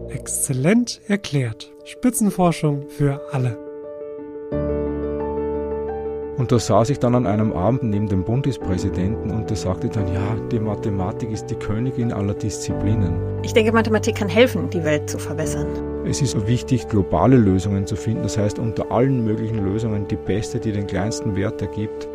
Exzellent erklärt. Spitzenforschung für alle. Und da saß ich dann an einem Abend neben dem Bundespräsidenten und der sagte dann, ja, die Mathematik ist die Königin aller Disziplinen. Ich denke, Mathematik kann helfen, die Welt zu verbessern. Es ist wichtig, globale Lösungen zu finden. Das heißt, unter allen möglichen Lösungen die beste, die den kleinsten Wert ergibt.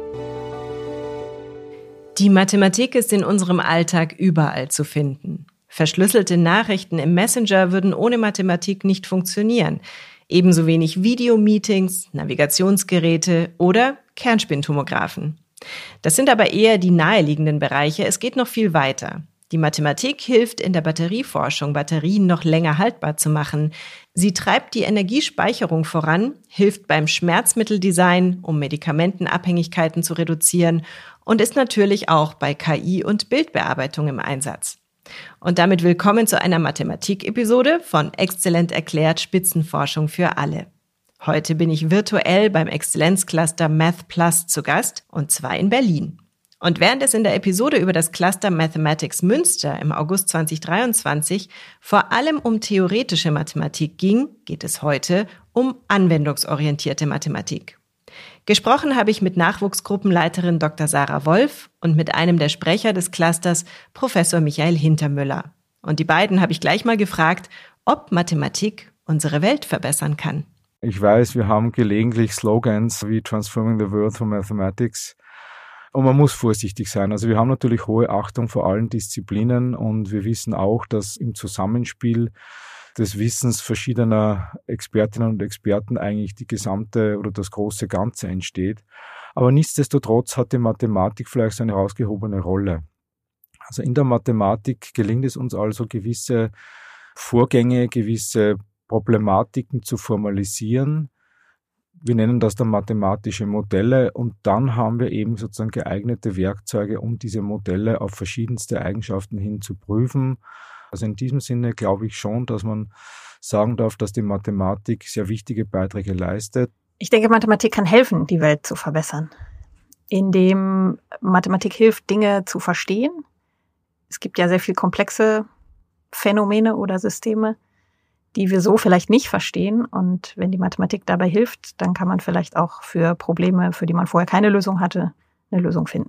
Die Mathematik ist in unserem Alltag überall zu finden. Verschlüsselte Nachrichten im Messenger würden ohne Mathematik nicht funktionieren. Ebenso wenig Videomeetings, Navigationsgeräte oder Kernspintomographen. Das sind aber eher die naheliegenden Bereiche. Es geht noch viel weiter. Die Mathematik hilft in der Batterieforschung, Batterien noch länger haltbar zu machen. Sie treibt die Energiespeicherung voran, hilft beim Schmerzmitteldesign, um Medikamentenabhängigkeiten zu reduzieren und ist natürlich auch bei KI und Bildbearbeitung im Einsatz. Und damit willkommen zu einer Mathematik-Episode von Exzellent erklärt, Spitzenforschung für alle. Heute bin ich virtuell beim Exzellenzcluster Math Plus zu Gast, und zwar in Berlin. Und während es in der Episode über das Cluster Mathematics Münster im August 2023 vor allem um theoretische Mathematik ging, geht es heute um anwendungsorientierte Mathematik. Gesprochen habe ich mit Nachwuchsgruppenleiterin Dr. Sarah Wolf und mit einem der Sprecher des Clusters, Professor Michael Hintermüller. Und die beiden habe ich gleich mal gefragt, ob Mathematik unsere Welt verbessern kann. Ich weiß, wir haben gelegentlich Slogans wie Transforming the World for Mathematics. Und man muss vorsichtig sein. Also wir haben natürlich hohe Achtung vor allen Disziplinen und wir wissen auch, dass im Zusammenspiel des Wissens verschiedener Expertinnen und Experten eigentlich die gesamte oder das große Ganze entsteht. Aber nichtsdestotrotz hat die Mathematik vielleicht so eine herausgehobene Rolle. Also in der Mathematik gelingt es uns also, gewisse Vorgänge, gewisse Problematiken zu formalisieren. Wir nennen das dann mathematische Modelle und dann haben wir eben sozusagen geeignete Werkzeuge, um diese Modelle auf verschiedenste Eigenschaften hin zu prüfen. Also in diesem Sinne glaube ich schon, dass man sagen darf, dass die Mathematik sehr wichtige Beiträge leistet. Ich denke, Mathematik kann helfen, die Welt zu verbessern, indem Mathematik hilft, Dinge zu verstehen. Es gibt ja sehr viel komplexe Phänomene oder Systeme, die wir so vielleicht nicht verstehen. Und wenn die Mathematik dabei hilft, dann kann man vielleicht auch für Probleme, für die man vorher keine Lösung hatte, eine Lösung finden.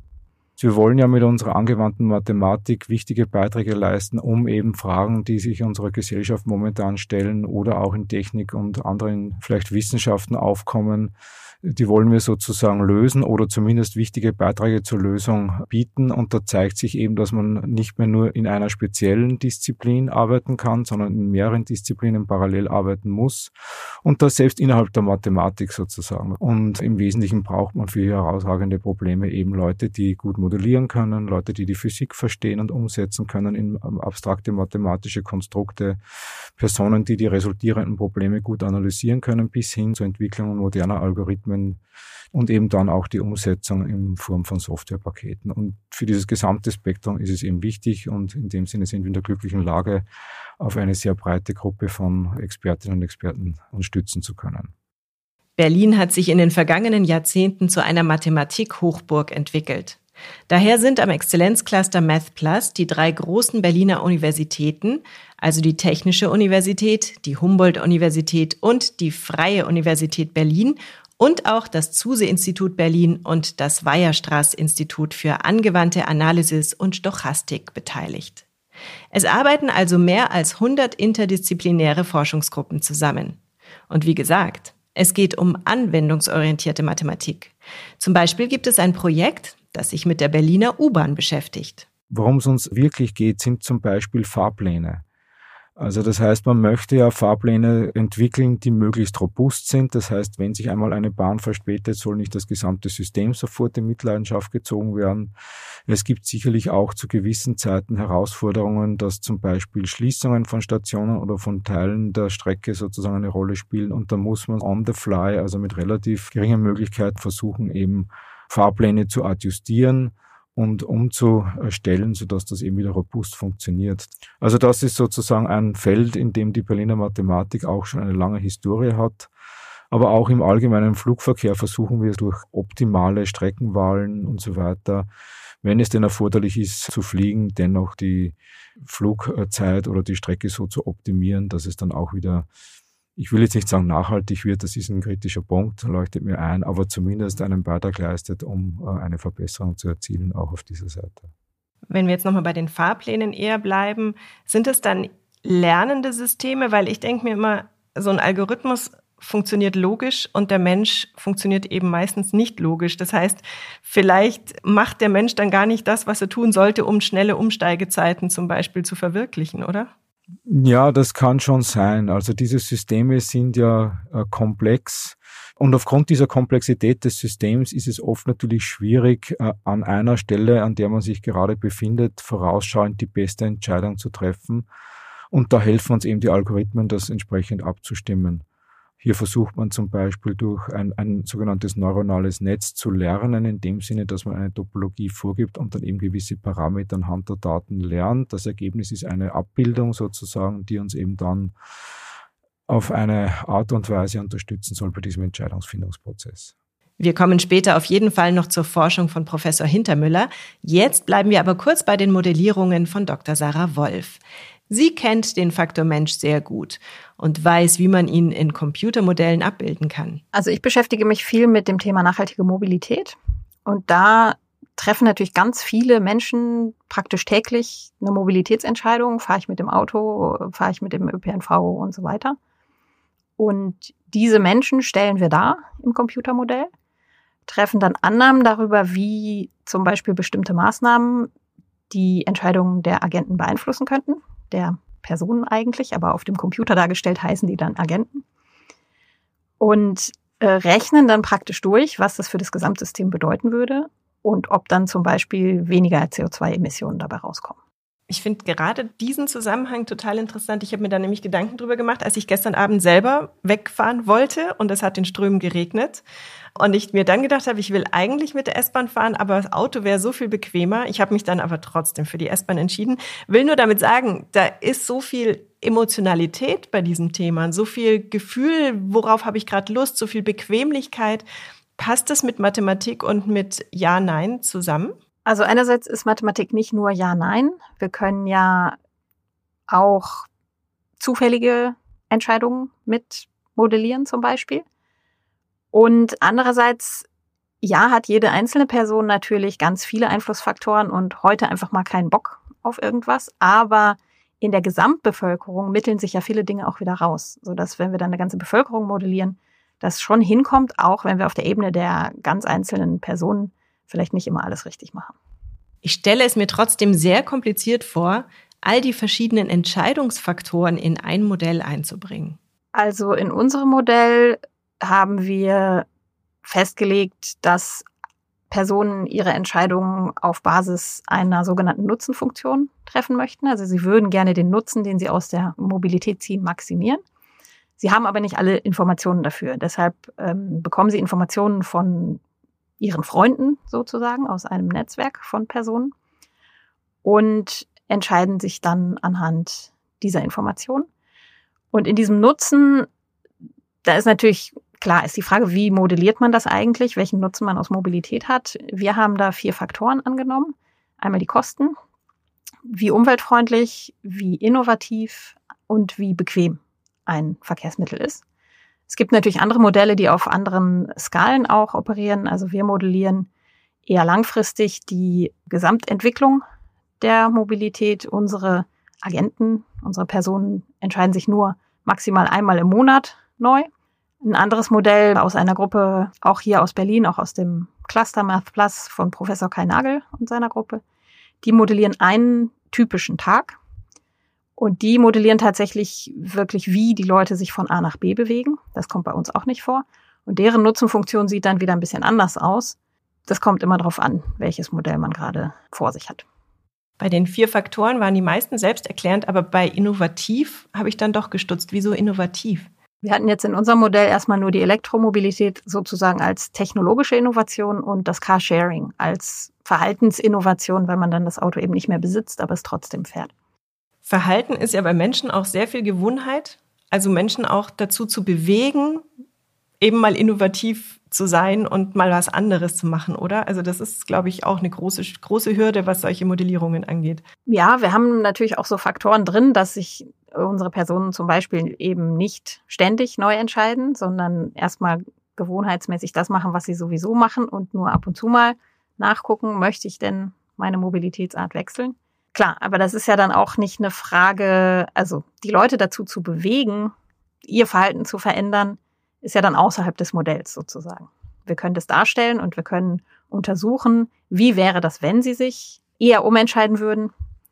Wir wollen ja mit unserer angewandten Mathematik wichtige Beiträge leisten, um eben Fragen, die sich unserer Gesellschaft momentan stellen oder auch in Technik und anderen vielleicht Wissenschaften aufkommen, die wollen wir sozusagen lösen oder zumindest wichtige Beiträge zur Lösung bieten. Und da zeigt sich eben, dass man nicht mehr nur in einer speziellen Disziplin arbeiten kann, sondern in mehreren Disziplinen parallel arbeiten muss. Und das selbst innerhalb der Mathematik sozusagen. Und im Wesentlichen braucht man für herausragende Probleme eben Leute, die gut modellieren können, Leute, die die Physik verstehen und umsetzen können in abstrakte mathematische Konstrukte, Personen, die die resultierenden Probleme gut analysieren können, bis hin zur Entwicklung moderner Algorithmen und eben dann auch die Umsetzung in Form von Softwarepaketen. Und für dieses gesamte Spektrum ist es eben wichtig und in dem Sinne sind wir in der glücklichen Lage, auf eine sehr breite Gruppe von Expertinnen und Experten uns stützen zu können. Berlin hat sich in den vergangenen Jahrzehnten zu einer Mathematik-Hochburg entwickelt. Daher sind am Exzellenzcluster Math Plus die 3 großen Berliner Universitäten, also die Technische Universität, die Humboldt-Universität und die Freie Universität Berlin und auch das Zuse-Institut Berlin und das Weierstrass-Institut für angewandte Analysis und Stochastik beteiligt. Es arbeiten also mehr als 100 interdisziplinäre Forschungsgruppen zusammen. Und wie gesagt, es geht um anwendungsorientierte Mathematik. Zum Beispiel gibt es ein Projekt, das sich mit der Berliner U-Bahn beschäftigt. Worum es uns wirklich geht, sind zum Beispiel Fahrpläne. Also das heißt, man möchte ja Fahrpläne entwickeln, die möglichst robust sind. Das heißt, wenn sich einmal eine Bahn verspätet, soll nicht das gesamte System sofort in Mitleidenschaft gezogen werden. Es gibt sicherlich auch zu gewissen Zeiten Herausforderungen, dass zum Beispiel Schließungen von Stationen oder von Teilen der Strecke sozusagen eine Rolle spielen. Und da muss man on the fly, also mit relativ geringer Möglichkeit versuchen, eben Fahrpläne zu adjustieren und umzustellen, sodass das eben wieder robust funktioniert. Also das ist sozusagen ein Feld, in dem die Berliner Mathematik auch schon eine lange Historie hat. Aber auch im allgemeinen Flugverkehr versuchen wir durch optimale Streckenwahlen und so weiter wenn es denn erforderlich ist, zu fliegen, dennoch die Flugzeit oder die Strecke so zu optimieren, dass es dann auch wieder, ich will jetzt nicht sagen nachhaltig wird, das ist ein kritischer Punkt, leuchtet mir ein, aber zumindest einen Beitrag leistet, um eine Verbesserung zu erzielen, auch auf dieser Seite. Wenn wir jetzt nochmal bei den Fahrplänen eher bleiben, sind es dann lernende Systeme? Weil ich denke mir immer, so ein Algorithmus funktioniert logisch und der Mensch funktioniert eben meistens nicht logisch. Das heißt, vielleicht macht der Mensch dann gar nicht das, was er tun sollte, um schnelle Umsteigezeiten zum Beispiel zu verwirklichen, oder? Ja, das kann schon sein. Also diese Systeme sind ja komplex. Und aufgrund dieser Komplexität des Systems ist es oft natürlich schwierig, an einer Stelle, an der man sich gerade befindet, vorausschauend die beste Entscheidung zu treffen. Und da helfen uns eben die Algorithmen, das entsprechend abzustimmen. Hier versucht man zum Beispiel durch ein sogenanntes neuronales Netz zu lernen, in dem Sinne, dass man eine Topologie vorgibt und dann eben gewisse Parameter anhand der Daten lernt. Das Ergebnis ist eine Abbildung sozusagen, die uns eben dann auf eine Art und Weise unterstützen soll bei diesem Entscheidungsfindungsprozess. Wir kommen später auf jeden Fall noch zur Forschung von Professor Hintermüller. Jetzt bleiben wir aber kurz bei den Modellierungen von Dr. Sarah Wolf. Sie kennt den Faktor Mensch sehr gut und weiß, wie man ihn in Computermodellen abbilden kann. Also ich beschäftige mich viel mit dem Thema nachhaltige Mobilität und da treffen natürlich ganz viele Menschen praktisch täglich eine Mobilitätsentscheidung. Fahre ich mit dem Auto, fahre ich mit dem ÖPNV und so weiter. Und diese Menschen stellen wir dar im Computermodell, treffen dann Annahmen darüber, wie zum Beispiel bestimmte Maßnahmen die Entscheidungen der Agenten beeinflussen könnten, der Personen eigentlich, aber auf dem Computer dargestellt heißen die dann Agenten. Und rechnen dann praktisch durch, was das für das Gesamtsystem bedeuten würde und ob dann zum Beispiel weniger CO2-Emissionen dabei rauskommen. Ich finde gerade diesen Zusammenhang total interessant. Ich habe mir da nämlich Gedanken drüber gemacht, als ich gestern Abend selber wegfahren wollte und es hat in Strömen geregnet. Und ich mir dann gedacht habe, ich will eigentlich mit der S-Bahn fahren, aber das Auto wäre so viel bequemer. Ich habe mich dann aber trotzdem für die S-Bahn entschieden. Will nur damit sagen, da ist so viel Emotionalität bei diesem Thema, so viel Gefühl, worauf habe ich gerade Lust, so viel Bequemlichkeit. Passt das mit Mathematik und mit Ja, Nein zusammen? Also einerseits ist Mathematik nicht nur Ja, Nein. Wir können ja auch zufällige Entscheidungen mit modellieren zum Beispiel. Und andererseits, ja, hat jede einzelne Person natürlich ganz viele Einflussfaktoren und heute einfach mal keinen Bock auf irgendwas. Aber in der Gesamtbevölkerung mitteln sich ja viele Dinge auch wieder raus, sodass, wenn wir dann eine ganze Bevölkerung modellieren, das schon hinkommt, auch wenn wir auf der Ebene der ganz einzelnen Personen vielleicht nicht immer alles richtig machen. Ich stelle es mir trotzdem sehr kompliziert vor, all die verschiedenen Entscheidungsfaktoren in ein Modell einzubringen. Also in unserem Modell haben wir festgelegt, dass Personen ihre Entscheidungen auf Basis einer sogenannten Nutzenfunktion treffen möchten. Also sie würden gerne den Nutzen, den sie aus der Mobilität ziehen, maximieren. Sie haben aber nicht alle Informationen dafür. Deshalb bekommen sie Informationen von ihren Freunden sozusagen aus einem Netzwerk von Personen und entscheiden sich dann anhand dieser Informationen. Und in diesem Nutzen, da ist natürlich klar, ist die Frage, wie modelliert man das eigentlich, welchen Nutzen man aus Mobilität hat. Wir haben da 4 Faktoren angenommen. Einmal die Kosten, wie umweltfreundlich, wie innovativ und wie bequem ein Verkehrsmittel ist. Es gibt natürlich andere Modelle, die auf anderen Skalen auch operieren. Also wir modellieren eher langfristig die Gesamtentwicklung der Mobilität. Unsere Agenten, unsere Personen entscheiden sich nur maximal einmal im Monat neu. Ein anderes Modell aus einer Gruppe, auch hier aus Berlin, auch aus dem Cluster Math Plus von Professor Kai Nagel und seiner Gruppe, die modellieren einen typischen Tag. Und die modellieren tatsächlich wirklich, wie die Leute sich von A nach B bewegen. Das kommt bei uns auch nicht vor. Und deren Nutzenfunktion sieht dann wieder ein bisschen anders aus. Das kommt immer darauf an, welches Modell man gerade vor sich hat. Bei den 4 Faktoren waren die meisten selbsterklärend, aber bei innovativ habe ich dann doch gestutzt. Wieso innovativ? Wir hatten jetzt in unserem Modell erstmal nur die Elektromobilität sozusagen als technologische Innovation und das Carsharing als Verhaltensinnovation, weil man dann das Auto eben nicht mehr besitzt, aber es trotzdem fährt. Verhalten ist ja bei Menschen auch sehr viel Gewohnheit, also Menschen auch dazu zu bewegen, eben mal innovativ zu sein und mal was anderes zu machen, oder? Also das ist, glaube ich, auch eine große Hürde, was solche Modellierungen angeht. Ja, wir haben natürlich auch so Faktoren drin, dass sich unsere Personen zum Beispiel eben nicht ständig neu entscheiden, sondern erstmal gewohnheitsmäßig das machen, was sie sowieso machen und nur ab und zu mal nachgucken, möchte ich denn meine Mobilitätsart wechseln? Klar, aber das ist ja dann auch nicht eine Frage, also die Leute dazu zu bewegen, ihr Verhalten zu verändern, ist ja dann außerhalb des Modells sozusagen. Wir können das darstellen und wir können untersuchen, wie wäre das, wenn sie sich eher umentscheiden würden.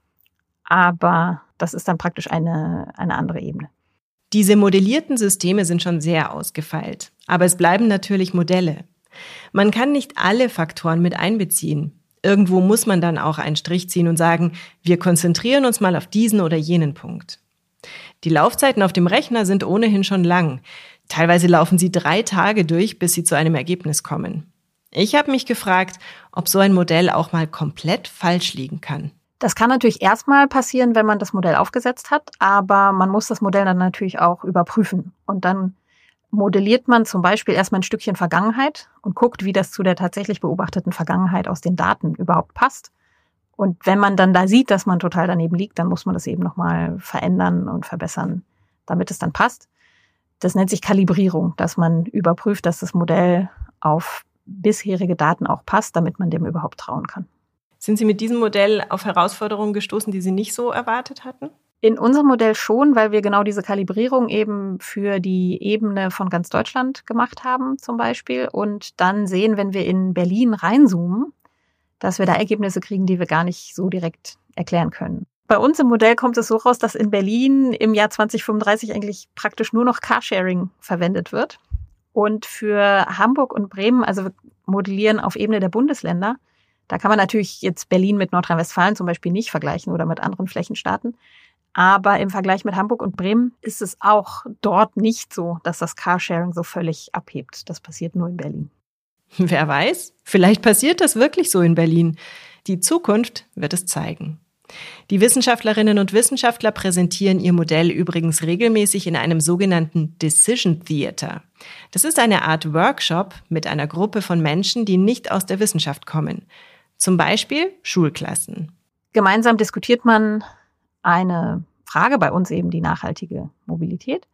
Aber das ist dann praktisch eine andere Ebene. Diese modellierten Systeme sind schon sehr ausgefeilt. Aber es bleiben natürlich Modelle. Man kann nicht alle Faktoren mit einbeziehen. Irgendwo muss man dann auch einen Strich ziehen und sagen, wir konzentrieren uns mal auf diesen oder jenen Punkt. Die Laufzeiten auf dem Rechner sind ohnehin schon lang. Teilweise laufen sie 3 Tage durch, bis sie zu einem Ergebnis kommen. Ich habe mich gefragt, ob so ein Modell auch mal komplett falsch liegen kann. Das kann natürlich erstmal passieren, wenn man das Modell aufgesetzt hat, aber man muss das Modell dann natürlich auch überprüfen. Und dann modelliert man zum Beispiel erstmal ein Stückchen Vergangenheit und guckt, wie das zu der tatsächlich beobachteten Vergangenheit aus den Daten überhaupt passt. Und wenn man dann da sieht, dass man total daneben liegt, dann muss man das eben nochmal verändern und verbessern, damit es dann passt. Das nennt sich Kalibrierung, dass man überprüft, dass das Modell auf bisherige Daten auch passt, damit man dem überhaupt trauen kann. Sind Sie mit diesem Modell auf Herausforderungen gestoßen, die Sie nicht so erwartet hatten? In unserem Modell schon, weil wir genau diese Kalibrierung eben für die Ebene von ganz Deutschland gemacht haben zum Beispiel. Und dann sehen, wenn wir in Berlin reinzoomen, dass wir da Ergebnisse kriegen, die wir gar nicht so direkt erklären können. Bei uns im Modell kommt es so raus, dass in Berlin im Jahr 2035 eigentlich praktisch nur noch Carsharing verwendet wird. Und für Hamburg und Bremen, also wir modellieren auf Ebene der Bundesländer, da kann man natürlich jetzt Berlin mit Nordrhein-Westfalen zum Beispiel nicht vergleichen oder mit anderen Flächenstaaten. Aber im Vergleich mit Hamburg und Bremen ist es auch dort nicht so, dass das Carsharing so völlig abhebt. Das passiert nur in Berlin. Wer weiß, vielleicht passiert das wirklich so in Berlin. Die Zukunft wird es zeigen. Die Wissenschaftlerinnen und Wissenschaftler präsentieren ihr Modell übrigens regelmäßig in einem sogenannten Decision Theater. Das ist eine Art Workshop mit einer Gruppe von Menschen, die nicht aus der Wissenschaft kommen. Zum Beispiel Schulklassen. Gemeinsam diskutiert man eine Frage, bei uns eben die nachhaltige Mobilität.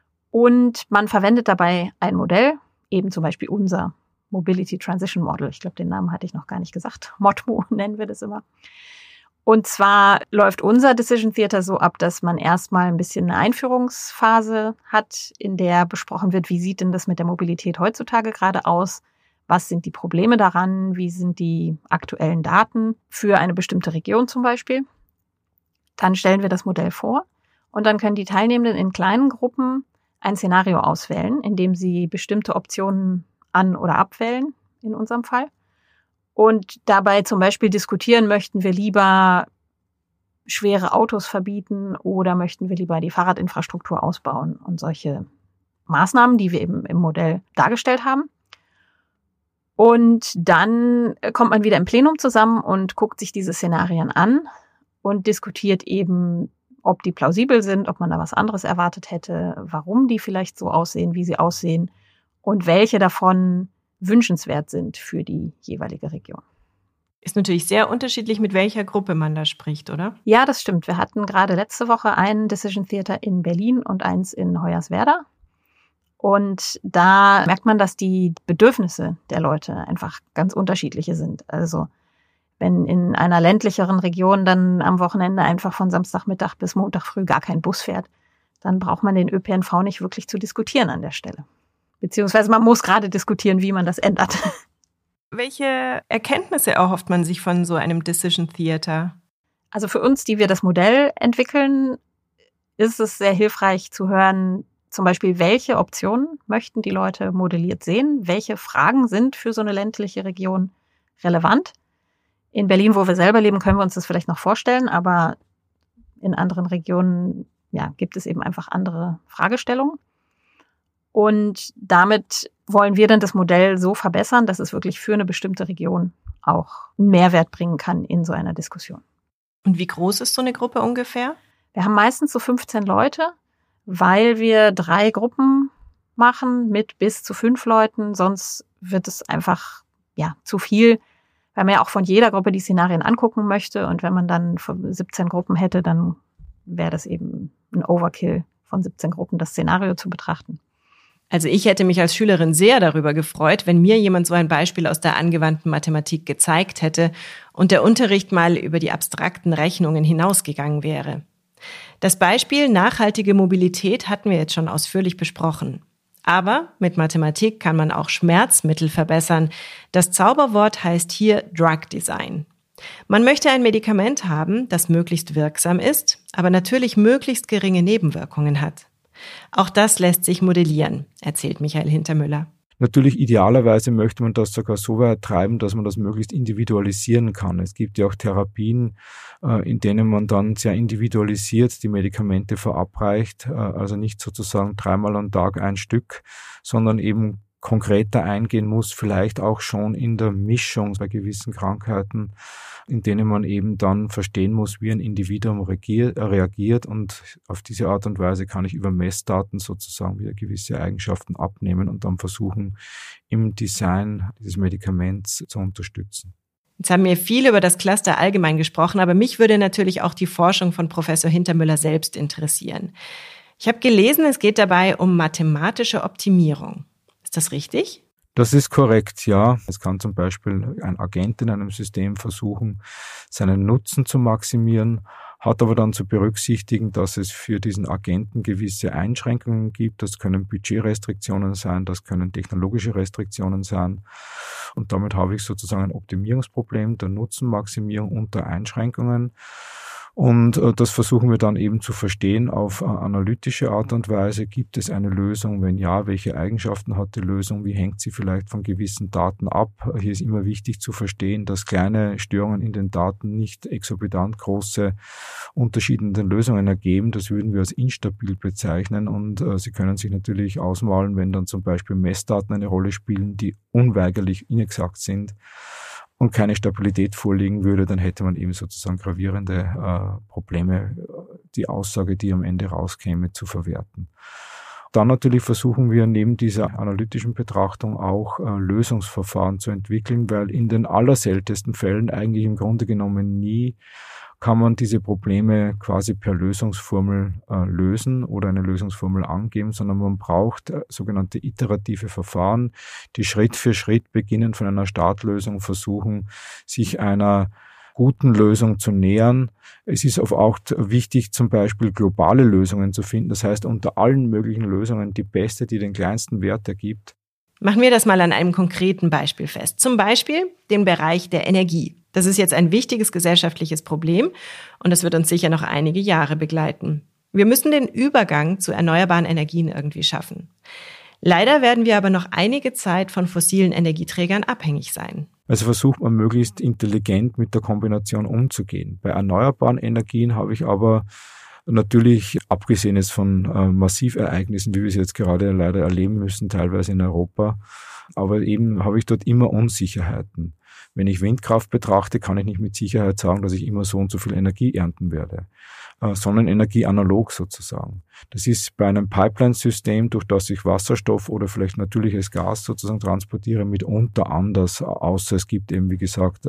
Und man verwendet dabei ein Modell, eben zum Beispiel unser Mobility Transition Model. Ich glaube, den Namen hatte ich noch gar nicht gesagt. MOTMO nennen wir das immer. Und zwar läuft unser Decision Theater so ab, dass man erstmal ein bisschen eine Einführungsphase hat, in der besprochen wird, wie sieht denn das mit der Mobilität heutzutage gerade aus? Was sind die Probleme daran? Wie sind die aktuellen Daten für eine bestimmte Region zum Beispiel? Dann stellen wir das Modell vor und dann können die Teilnehmenden in kleinen Gruppen ein Szenario auswählen, in dem sie bestimmte Optionen an- oder abwählen, in unserem Fall. Und dabei zum Beispiel diskutieren, möchten wir lieber schwere Autos verbieten oder möchten wir lieber die Fahrradinfrastruktur ausbauen und solche Maßnahmen, die wir eben im Modell dargestellt haben. Und dann kommt man wieder im Plenum zusammen und guckt sich diese Szenarien an und diskutiert eben, ob die plausibel sind, ob man da was anderes erwartet hätte, warum die vielleicht so aussehen, wie sie aussehen und welche davon wünschenswert sind für die jeweilige Region. Ist natürlich sehr unterschiedlich, mit welcher Gruppe man da spricht, oder? Ja, das stimmt. Wir hatten gerade letzte Woche ein Decision Theater in Berlin und eins in Hoyerswerda. Und da merkt man, dass die Bedürfnisse der Leute einfach ganz unterschiedliche sind. Also wenn in einer ländlicheren Region dann am Wochenende einfach von Samstagmittag bis Montag früh gar kein Bus fährt, dann braucht man den ÖPNV nicht wirklich zu diskutieren an der Stelle. Beziehungsweise man muss gerade diskutieren, wie man das ändert. Welche Erkenntnisse erhofft man sich von so einem Decision Theater? Also für uns, die wir das Modell entwickeln, ist es sehr hilfreich zu hören, zum Beispiel, welche Optionen möchten die Leute modelliert sehen? Welche Fragen sind für so eine ländliche Region relevant? In Berlin, wo wir selber leben, können wir uns das vielleicht noch vorstellen, aber in anderen Regionen gibt es eben einfach andere Fragestellungen. Und damit wollen wir dann das Modell so verbessern, dass es wirklich für eine bestimmte Region auch einen Mehrwert bringen kann in so einer Diskussion. Und wie groß ist so eine Gruppe ungefähr? Wir haben meistens so 15 Leute, weil wir 3 Gruppen machen mit bis zu 5 Leuten, sonst wird es einfach zu viel, weil man ja auch von jeder Gruppe die Szenarien angucken möchte. Und wenn man dann 17 Gruppen hätte, dann wäre das eben ein Overkill, von 17 Gruppen das Szenario zu betrachten. Also ich hätte mich als Schülerin sehr darüber gefreut, wenn mir jemand so ein Beispiel aus der angewandten Mathematik gezeigt hätte und der Unterricht mal über die abstrakten Rechnungen hinausgegangen wäre. Das Beispiel nachhaltige Mobilität hatten wir jetzt schon ausführlich besprochen. Aber mit Mathematik kann man auch Schmerzmittel verbessern. Das Zauberwort heißt hier Drug Design. Man möchte ein Medikament haben, das möglichst wirksam ist, aber natürlich möglichst geringe Nebenwirkungen hat. Auch das lässt sich modellieren, erzählt Michael Hintermüller. Natürlich, idealerweise möchte man das sogar so weit treiben, dass man das möglichst individualisieren kann. Es gibt ja auch Therapien, in denen man dann sehr individualisiert die Medikamente verabreicht, also nicht sozusagen 3-mal am Tag ein Stück, sondern eben konkreter eingehen muss, vielleicht auch schon in der Mischung bei gewissen Krankheiten, in denen man eben dann verstehen muss, wie ein Individuum reagiert, und auf diese Art und Weise kann ich über Messdaten sozusagen wieder gewisse Eigenschaften abnehmen und dann versuchen, im Design dieses Medikaments zu unterstützen. Jetzt haben wir viel über das Cluster allgemein gesprochen, aber mich würde natürlich auch die Forschung von Professor Hintermüller selbst interessieren. Ich habe gelesen, es geht dabei um mathematische Optimierung. Ist das richtig? Das ist korrekt, ja. Es kann zum Beispiel ein Agent in einem System versuchen, seinen Nutzen zu maximieren, hat aber dann zu berücksichtigen, dass es für diesen Agenten gewisse Einschränkungen gibt. Das können Budgetrestriktionen sein, das können technologische Restriktionen sein. Und damit habe ich sozusagen ein Optimierungsproblem der Nutzenmaximierung unter Einschränkungen. Und das versuchen wir dann eben zu verstehen auf analytische Art und Weise. Gibt es eine Lösung? Wenn ja, welche Eigenschaften hat die Lösung? Wie hängt sie vielleicht von gewissen Daten ab? Hier ist immer wichtig zu verstehen, dass kleine Störungen in den Daten nicht exorbitant große Unterschiede in den Lösungen ergeben. Das würden wir als instabil bezeichnen. Und Sie können sich natürlich ausmalen, wenn dann zum Beispiel Messdaten eine Rolle spielen, die unweigerlich inexakt sind und keine Stabilität vorliegen würde, dann hätte man eben sozusagen gravierende Probleme, die Aussage, die am Ende rauskäme, zu verwerten. Dann natürlich versuchen wir neben dieser analytischen Betrachtung auch Lösungsverfahren zu entwickeln, weil in den allerseltensten Fällen eigentlich im Grunde genommen nie kann man diese Probleme quasi per Lösungsformel lösen oder eine Lösungsformel angeben, sondern man braucht sogenannte iterative Verfahren, die Schritt für Schritt beginnen von einer Startlösung, versuchen, sich einer guten Lösung zu nähern. Es ist auch wichtig, zum Beispiel globale Lösungen zu finden. Das heißt, unter allen möglichen Lösungen die beste, die den kleinsten Wert ergibt. Machen wir das mal an einem konkreten Beispiel fest. Zum Beispiel den Bereich der Energie. Das ist jetzt ein wichtiges gesellschaftliches Problem und das wird uns sicher noch einige Jahre begleiten. Wir müssen den Übergang zu erneuerbaren Energien irgendwie schaffen. Leider werden wir aber noch einige Zeit von fossilen Energieträgern abhängig sein. Also versucht man möglichst intelligent mit der Kombination umzugehen. Bei erneuerbaren Energien habe ich aber natürlich, abgesehen jetzt von Massivereignissen, wie wir es jetzt gerade leider erleben müssen, teilweise in Europa, aber eben habe ich dort immer Unsicherheiten. Wenn ich Windkraft betrachte, kann ich nicht mit Sicherheit sagen, dass ich immer so und so viel Energie ernten werde. Sonnenenergie analog sozusagen. Das ist bei einem Pipeline-System, durch das ich Wasserstoff oder vielleicht natürliches Gas sozusagen transportiere, mitunter anders, außer es gibt eben, wie gesagt,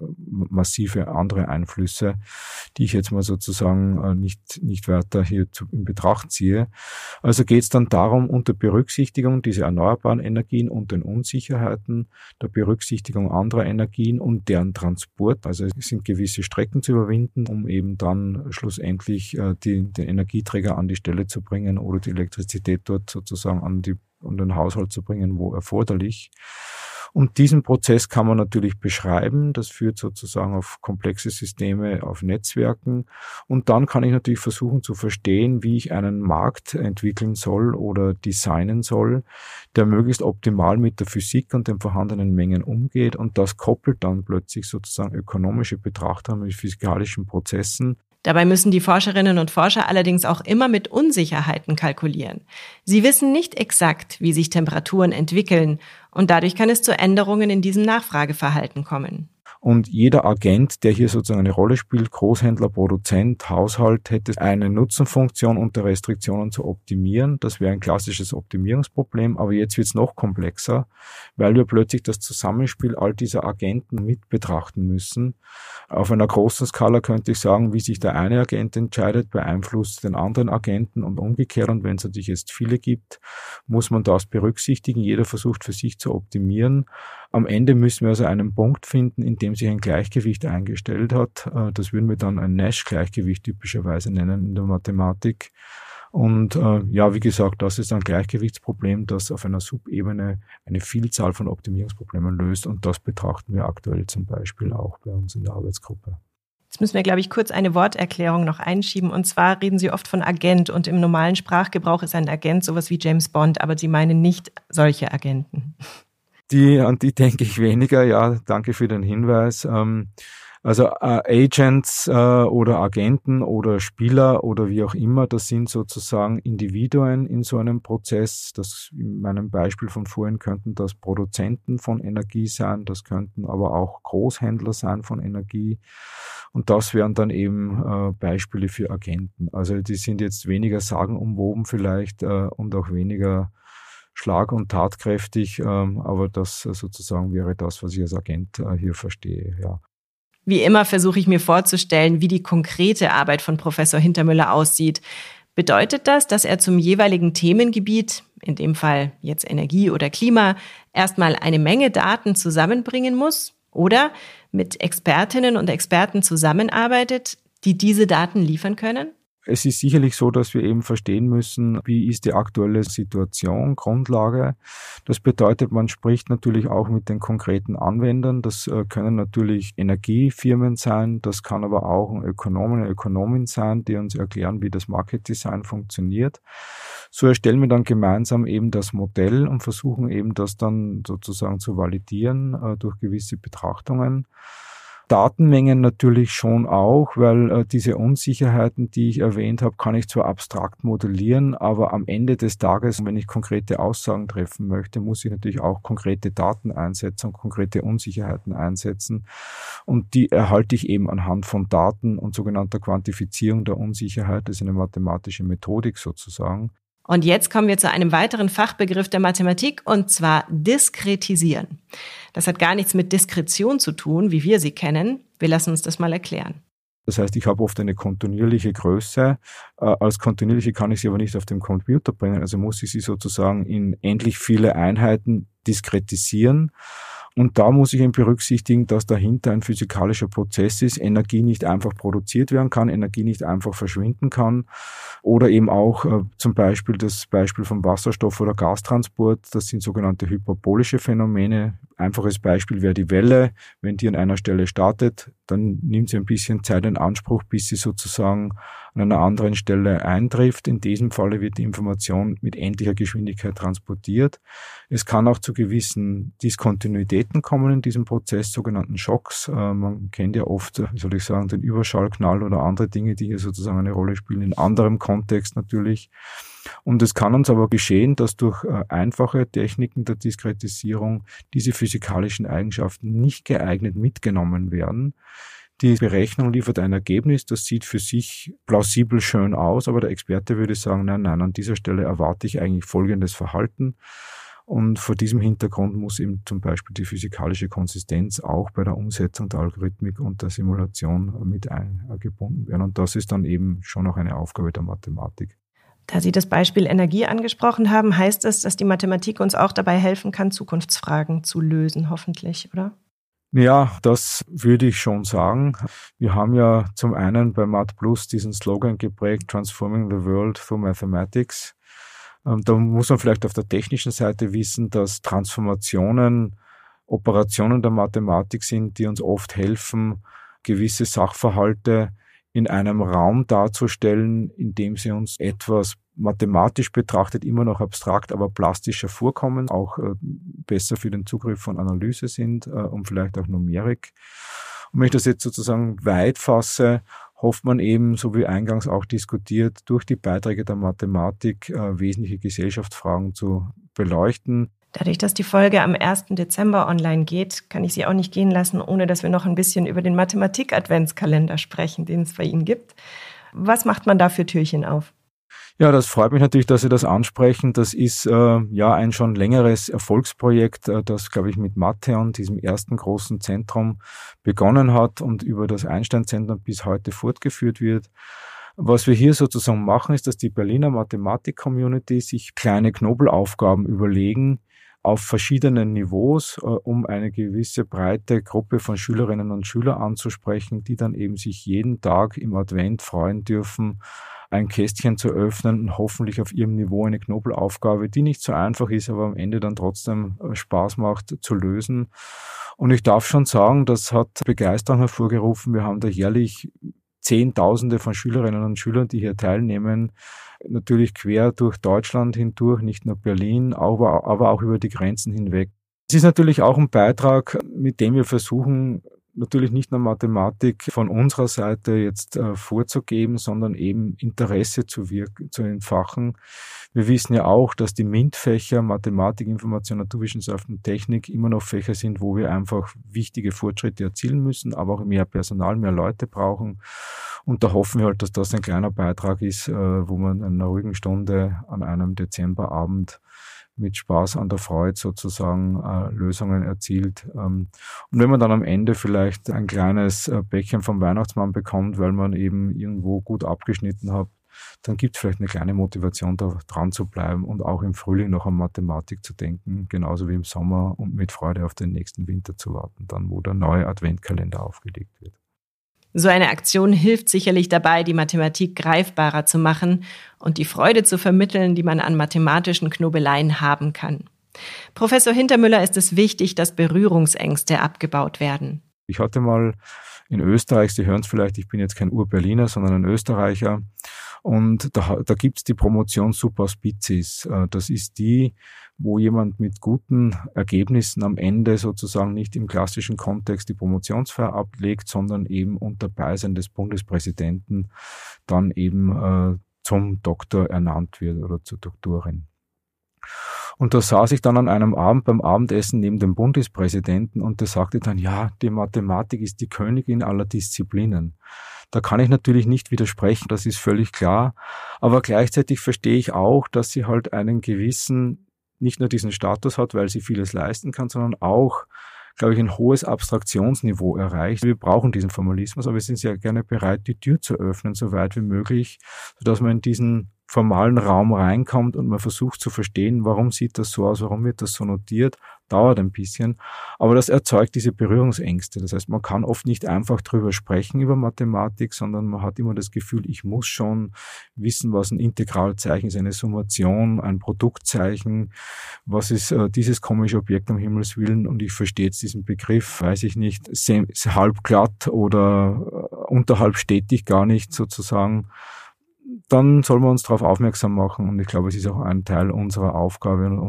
massive andere Einflüsse, die ich jetzt mal sozusagen nicht weiter hier in Betracht ziehe. Also geht es dann darum, unter Berücksichtigung dieser erneuerbaren Energien und den Unsicherheiten, der Berücksichtigung anderer Energien und deren Transport, also es sind gewisse Strecken zu überwinden, um eben dann schlussendlich den Energieträger an die Stelle zu bringen oder die Elektrizität dort sozusagen an den Haushalt zu bringen, wo erforderlich. Und diesen Prozess kann man natürlich beschreiben. Das führt sozusagen auf komplexe Systeme, auf Netzwerken. Und dann kann ich natürlich versuchen zu verstehen, wie ich einen Markt entwickeln soll oder designen soll, der möglichst optimal mit der Physik und den vorhandenen Mengen umgeht. Und das koppelt dann plötzlich sozusagen ökonomische Betrachtungen mit physikalischen Prozessen. Dabei müssen die Forscherinnen und Forscher allerdings auch immer mit Unsicherheiten kalkulieren. Sie wissen nicht exakt, wie sich Temperaturen entwickeln und dadurch kann es zu Änderungen in diesem Nachfrageverhalten kommen. Und jeder Agent, der hier sozusagen eine Rolle spielt, Großhändler, Produzent, Haushalt, hätte eine Nutzenfunktion unter Restriktionen zu optimieren. Das wäre ein klassisches Optimierungsproblem. Aber jetzt wird es noch komplexer, weil wir plötzlich das Zusammenspiel all dieser Agenten mit betrachten müssen. Auf einer großen Skala könnte ich sagen, wie sich der eine Agent entscheidet, beeinflusst den anderen Agenten und umgekehrt. Und wenn es natürlich jetzt viele gibt, muss man das berücksichtigen. Jeder versucht für sich zu optimieren. Am Ende müssen wir also einen Punkt finden, in dem sich ein Gleichgewicht eingestellt hat. Das würden wir dann ein Nash-Gleichgewicht typischerweise nennen in der Mathematik. Und wie gesagt, das ist ein Gleichgewichtsproblem, das auf einer Subebene eine Vielzahl von Optimierungsproblemen löst. Und das betrachten wir aktuell zum Beispiel auch bei uns in der Arbeitsgruppe. Jetzt müssen wir, glaube ich, kurz eine Worterklärung noch einschieben. Und zwar reden Sie oft von Agent. Und im normalen Sprachgebrauch ist ein Agent sowas wie James Bond. Aber Sie meinen nicht solche Agenten. An die denke ich weniger, ja, danke für den Hinweis. Agents oder Agenten oder Spieler oder wie auch immer, das sind sozusagen Individuen in so einem Prozess. Das in meinem Beispiel von vorhin könnten das Produzenten von Energie sein, das könnten aber auch Großhändler sein von Energie. Und das wären dann eben Beispiele für Agenten. Also die sind jetzt weniger sagenumwoben vielleicht und auch weniger schlag- und tatkräftig, aber das sozusagen wäre das, was ich als Agent hier verstehe, ja. Wie immer versuche ich mir vorzustellen, wie die konkrete Arbeit von Professor Hintermüller aussieht. Bedeutet das, dass er zum jeweiligen Themengebiet, in dem Fall jetzt Energie oder Klima, erstmal eine Menge Daten zusammenbringen muss oder mit Expertinnen und Experten zusammenarbeitet, die diese Daten liefern können? Es ist sicherlich so, dass wir eben verstehen müssen, wie ist die aktuelle Situation, Grundlage. Das bedeutet, man spricht natürlich auch mit den konkreten Anwendern. Das können natürlich Energiefirmen sein, das kann aber auch ein Ökonom, eine Ökonomin sein, die uns erklären, wie das Market Design funktioniert. So erstellen wir dann gemeinsam eben das Modell und versuchen eben das dann sozusagen zu validieren durch gewisse Betrachtungen. Datenmengen natürlich schon auch, weil diese Unsicherheiten, die ich erwähnt habe, kann ich zwar abstrakt modellieren, aber am Ende des Tages, wenn ich konkrete Aussagen treffen möchte, muss ich natürlich auch konkrete Daten einsetzen und konkrete Unsicherheiten einsetzen. Und die erhalte ich eben anhand von Daten und sogenannter Quantifizierung der Unsicherheit. Das ist eine mathematische Methodik sozusagen. Und jetzt kommen wir zu einem weiteren Fachbegriff der Mathematik, und zwar Diskretisieren. Das hat gar nichts mit Diskretion zu tun, wie wir sie kennen. Wir lassen uns das mal erklären. Das heißt, ich habe oft eine kontinuierliche Größe. Als kontinuierliche kann ich sie aber nicht auf dem Computer bringen. Also muss ich sie sozusagen in endlich viele Einheiten diskretisieren. Und da muss ich eben berücksichtigen, dass dahinter ein physikalischer Prozess ist, Energie nicht einfach produziert werden kann, Energie nicht einfach verschwinden kann. Oder eben auch zum Beispiel das Beispiel vom Wasserstoff- oder Gastransport, das sind sogenannte hyperbolische Phänomene. Einfaches Beispiel wäre die Welle. Wenn die an einer Stelle startet, dann nimmt sie ein bisschen Zeit in Anspruch, bis sie sozusagen an einer anderen Stelle eintrifft. In diesem Falle wird die Information mit endlicher Geschwindigkeit transportiert. Es kann auch zu gewissen Diskontinuitäten kommen in diesem Prozess, sogenannten Schocks. Man kennt ja oft, den Überschallknall oder andere Dinge, die hier sozusagen eine Rolle spielen, in anderem Kontext natürlich. Und es kann uns aber geschehen, dass durch einfache Techniken der Diskretisierung diese physikalischen Eigenschaften nicht geeignet mitgenommen werden. Die Berechnung liefert ein Ergebnis, das sieht für sich plausibel schön aus, aber der Experte würde sagen, nein, an dieser Stelle erwarte ich eigentlich folgendes Verhalten. Und vor diesem Hintergrund muss eben zum Beispiel die physikalische Konsistenz auch bei der Umsetzung der Algorithmik und der Simulation mit eingebunden werden. Und das ist dann eben schon auch eine Aufgabe der Mathematik. Da Sie das Beispiel Energie angesprochen haben, heißt es, dass die Mathematik uns auch dabei helfen kann, Zukunftsfragen zu lösen, hoffentlich, oder? Ja, das würde ich schon sagen. Wir haben ja zum einen bei Math+ diesen Slogan geprägt, Transforming the World through Mathematics. Da muss man vielleicht auf der technischen Seite wissen, dass Transformationen Operationen der Mathematik sind, die uns oft helfen, gewisse Sachverhalte in einem Raum darzustellen, in dem sie uns etwas mathematisch betrachtet immer noch abstrakt, aber plastischer vorkommen, auch besser für den Zugriff von Analyse sind und vielleicht auch Numerik. Und wenn ich das jetzt sozusagen weit fasse, hofft man eben, so wie eingangs auch diskutiert, durch die Beiträge der Mathematik wesentliche Gesellschaftsfragen zu beleuchten. Dadurch, dass die Folge am 1. Dezember online geht, kann ich Sie auch nicht gehen lassen, ohne dass wir noch ein bisschen über den Mathematik-Adventskalender sprechen, den es bei Ihnen gibt. Was macht man da für Türchen auf? Ja, das freut mich natürlich, dass Sie das ansprechen. Das ist ein schon längeres Erfolgsprojekt, das, glaube ich, mit Matheon, diesem ersten großen Zentrum, begonnen hat und über das Einstein-Zentrum bis heute fortgeführt wird. Was wir hier sozusagen machen, ist, dass die Berliner Mathematik-Community sich kleine Knobelaufgaben überlegen, auf verschiedenen Niveaus, um eine gewisse breite Gruppe von Schülerinnen und Schülern anzusprechen, die dann eben sich jeden Tag im Advent freuen dürfen, ein Kästchen zu öffnen und hoffentlich auf ihrem Niveau eine Knobelaufgabe, die nicht so einfach ist, aber am Ende dann trotzdem Spaß macht, zu lösen. Und ich darf schon sagen, das hat Begeisterung hervorgerufen. Wir haben da jährlich Zehntausende von Schülerinnen und Schülern, die hier teilnehmen, natürlich quer durch Deutschland hindurch, nicht nur Berlin, aber auch über die Grenzen hinweg. Es ist natürlich auch ein Beitrag, mit dem wir versuchen, natürlich nicht nur Mathematik von unserer Seite jetzt vorzugeben, sondern eben Interesse zu entfachen. Wir wissen ja auch, dass die MINT-Fächer Mathematik, Information, Naturwissenschaften und Technik immer noch Fächer sind, wo wir einfach wichtige Fortschritte erzielen müssen, aber auch mehr Personal, mehr Leute brauchen. Und da hoffen wir halt, dass das ein kleiner Beitrag ist, wo man in einer ruhigen Stunde an einem Dezemberabend mit Spaß an der Freude sozusagen Lösungen erzielt. Und wenn man dann am Ende vielleicht ein kleines Päckchen vom Weihnachtsmann bekommt, weil man eben irgendwo gut abgeschnitten hat, dann gibt es vielleicht eine kleine Motivation, da dran zu bleiben und auch im Frühling noch an Mathematik zu denken, genauso wie im Sommer und mit Freude auf den nächsten Winter zu warten, dann wo der neue Adventkalender aufgelegt wird. So eine Aktion hilft sicherlich dabei, die Mathematik greifbarer zu machen und die Freude zu vermitteln, die man an mathematischen Knobeleien haben kann. Professor Hintermüller ist es wichtig, dass Berührungsängste abgebaut werden. Ich hatte mal in Österreich, Sie hören es vielleicht, ich bin jetzt kein Ur-Berliner, sondern ein Österreicher, und da gibt's die Promotion Super Spices. Das ist die, wo jemand mit guten Ergebnissen am Ende sozusagen nicht im klassischen Kontext die Promotionsfeier ablegt, sondern eben unter Beisein des Bundespräsidenten dann eben zum Doktor ernannt wird oder zur Doktorin. Und da saß ich dann an einem Abend beim Abendessen neben dem Bundespräsidenten und der sagte dann, ja, die Mathematik ist die Königin aller Disziplinen. Da kann ich natürlich nicht widersprechen, das ist völlig klar. Aber gleichzeitig verstehe ich auch, dass sie halt einen gewissen, nicht nur diesen Status hat, weil sie vieles leisten kann, sondern auch, glaube ich, ein hohes Abstraktionsniveau erreicht. Wir brauchen diesen Formalismus, aber wir sind sehr gerne bereit, die Tür zu öffnen, so weit wie möglich, sodass man in diesen formalen Raum reinkommt und man versucht zu verstehen, warum sieht das so aus, warum wird das so notiert, dauert ein bisschen, aber das erzeugt diese Berührungsängste. Das heißt, man kann oft nicht einfach drüber sprechen über Mathematik, sondern man hat immer das Gefühl, ich muss schon wissen, was ein Integralzeichen ist, eine Summation, ein Produktzeichen, was ist dieses komische Objekt um Himmels Willen, und ich verstehe jetzt diesen Begriff, weiß ich nicht, halb glatt oder unterhalb stetig gar nicht sozusagen. Dann soll man uns darauf aufmerksam machen, und ich glaube, es ist auch ein Teil unserer Aufgabe und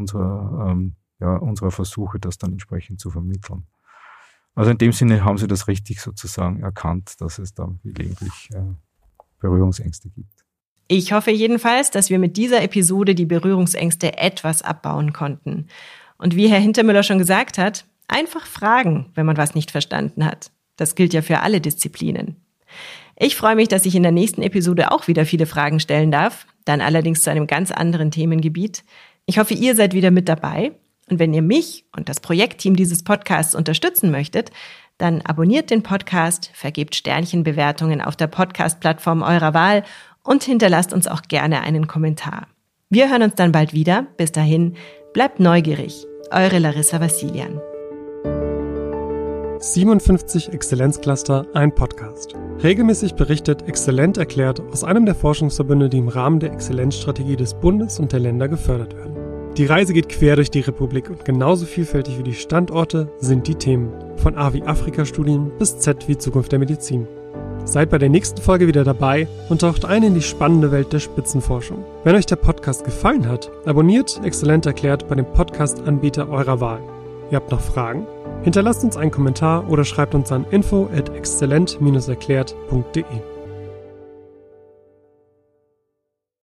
unserer Versuche, das dann entsprechend zu vermitteln. Also in dem Sinne haben Sie das richtig sozusagen erkannt, dass es da gelegentlich Berührungsängste gibt. Ich hoffe jedenfalls, dass wir mit dieser Episode die Berührungsängste etwas abbauen konnten. Und wie Herr Hintermüller schon gesagt hat, einfach fragen, wenn man was nicht verstanden hat. Das gilt ja für alle Disziplinen. Ich freue mich, dass ich in der nächsten Episode auch wieder viele Fragen stellen darf, dann allerdings zu einem ganz anderen Themengebiet. Ich hoffe, ihr seid wieder mit dabei. Und wenn ihr mich und das Projektteam dieses Podcasts unterstützen möchtet, dann abonniert den Podcast, vergebt Sternchenbewertungen auf der Podcast-Plattform eurer Wahl und hinterlasst uns auch gerne einen Kommentar. Wir hören uns dann bald wieder. Bis dahin, bleibt neugierig. Eure Larissa Vassilian. 57 Exzellenzcluster, ein Podcast. Regelmäßig berichtet Exzellent erklärt aus einem der Forschungsverbünde, die im Rahmen der Exzellenzstrategie des Bundes und der Länder gefördert werden. Die Reise geht quer durch die Republik und genauso vielfältig wie die Standorte sind die Themen. Von A wie Afrika-Studien bis Z wie Zukunft der Medizin. Seid bei der nächsten Folge wieder dabei und taucht ein in die spannende Welt der Spitzenforschung. Wenn euch der Podcast gefallen hat, abonniert Exzellent erklärt bei dem Podcast-Anbieter eurer Wahl. Ihr habt noch Fragen? Hinterlasst uns einen Kommentar oder schreibt uns an info@exzellent-erklärt.de.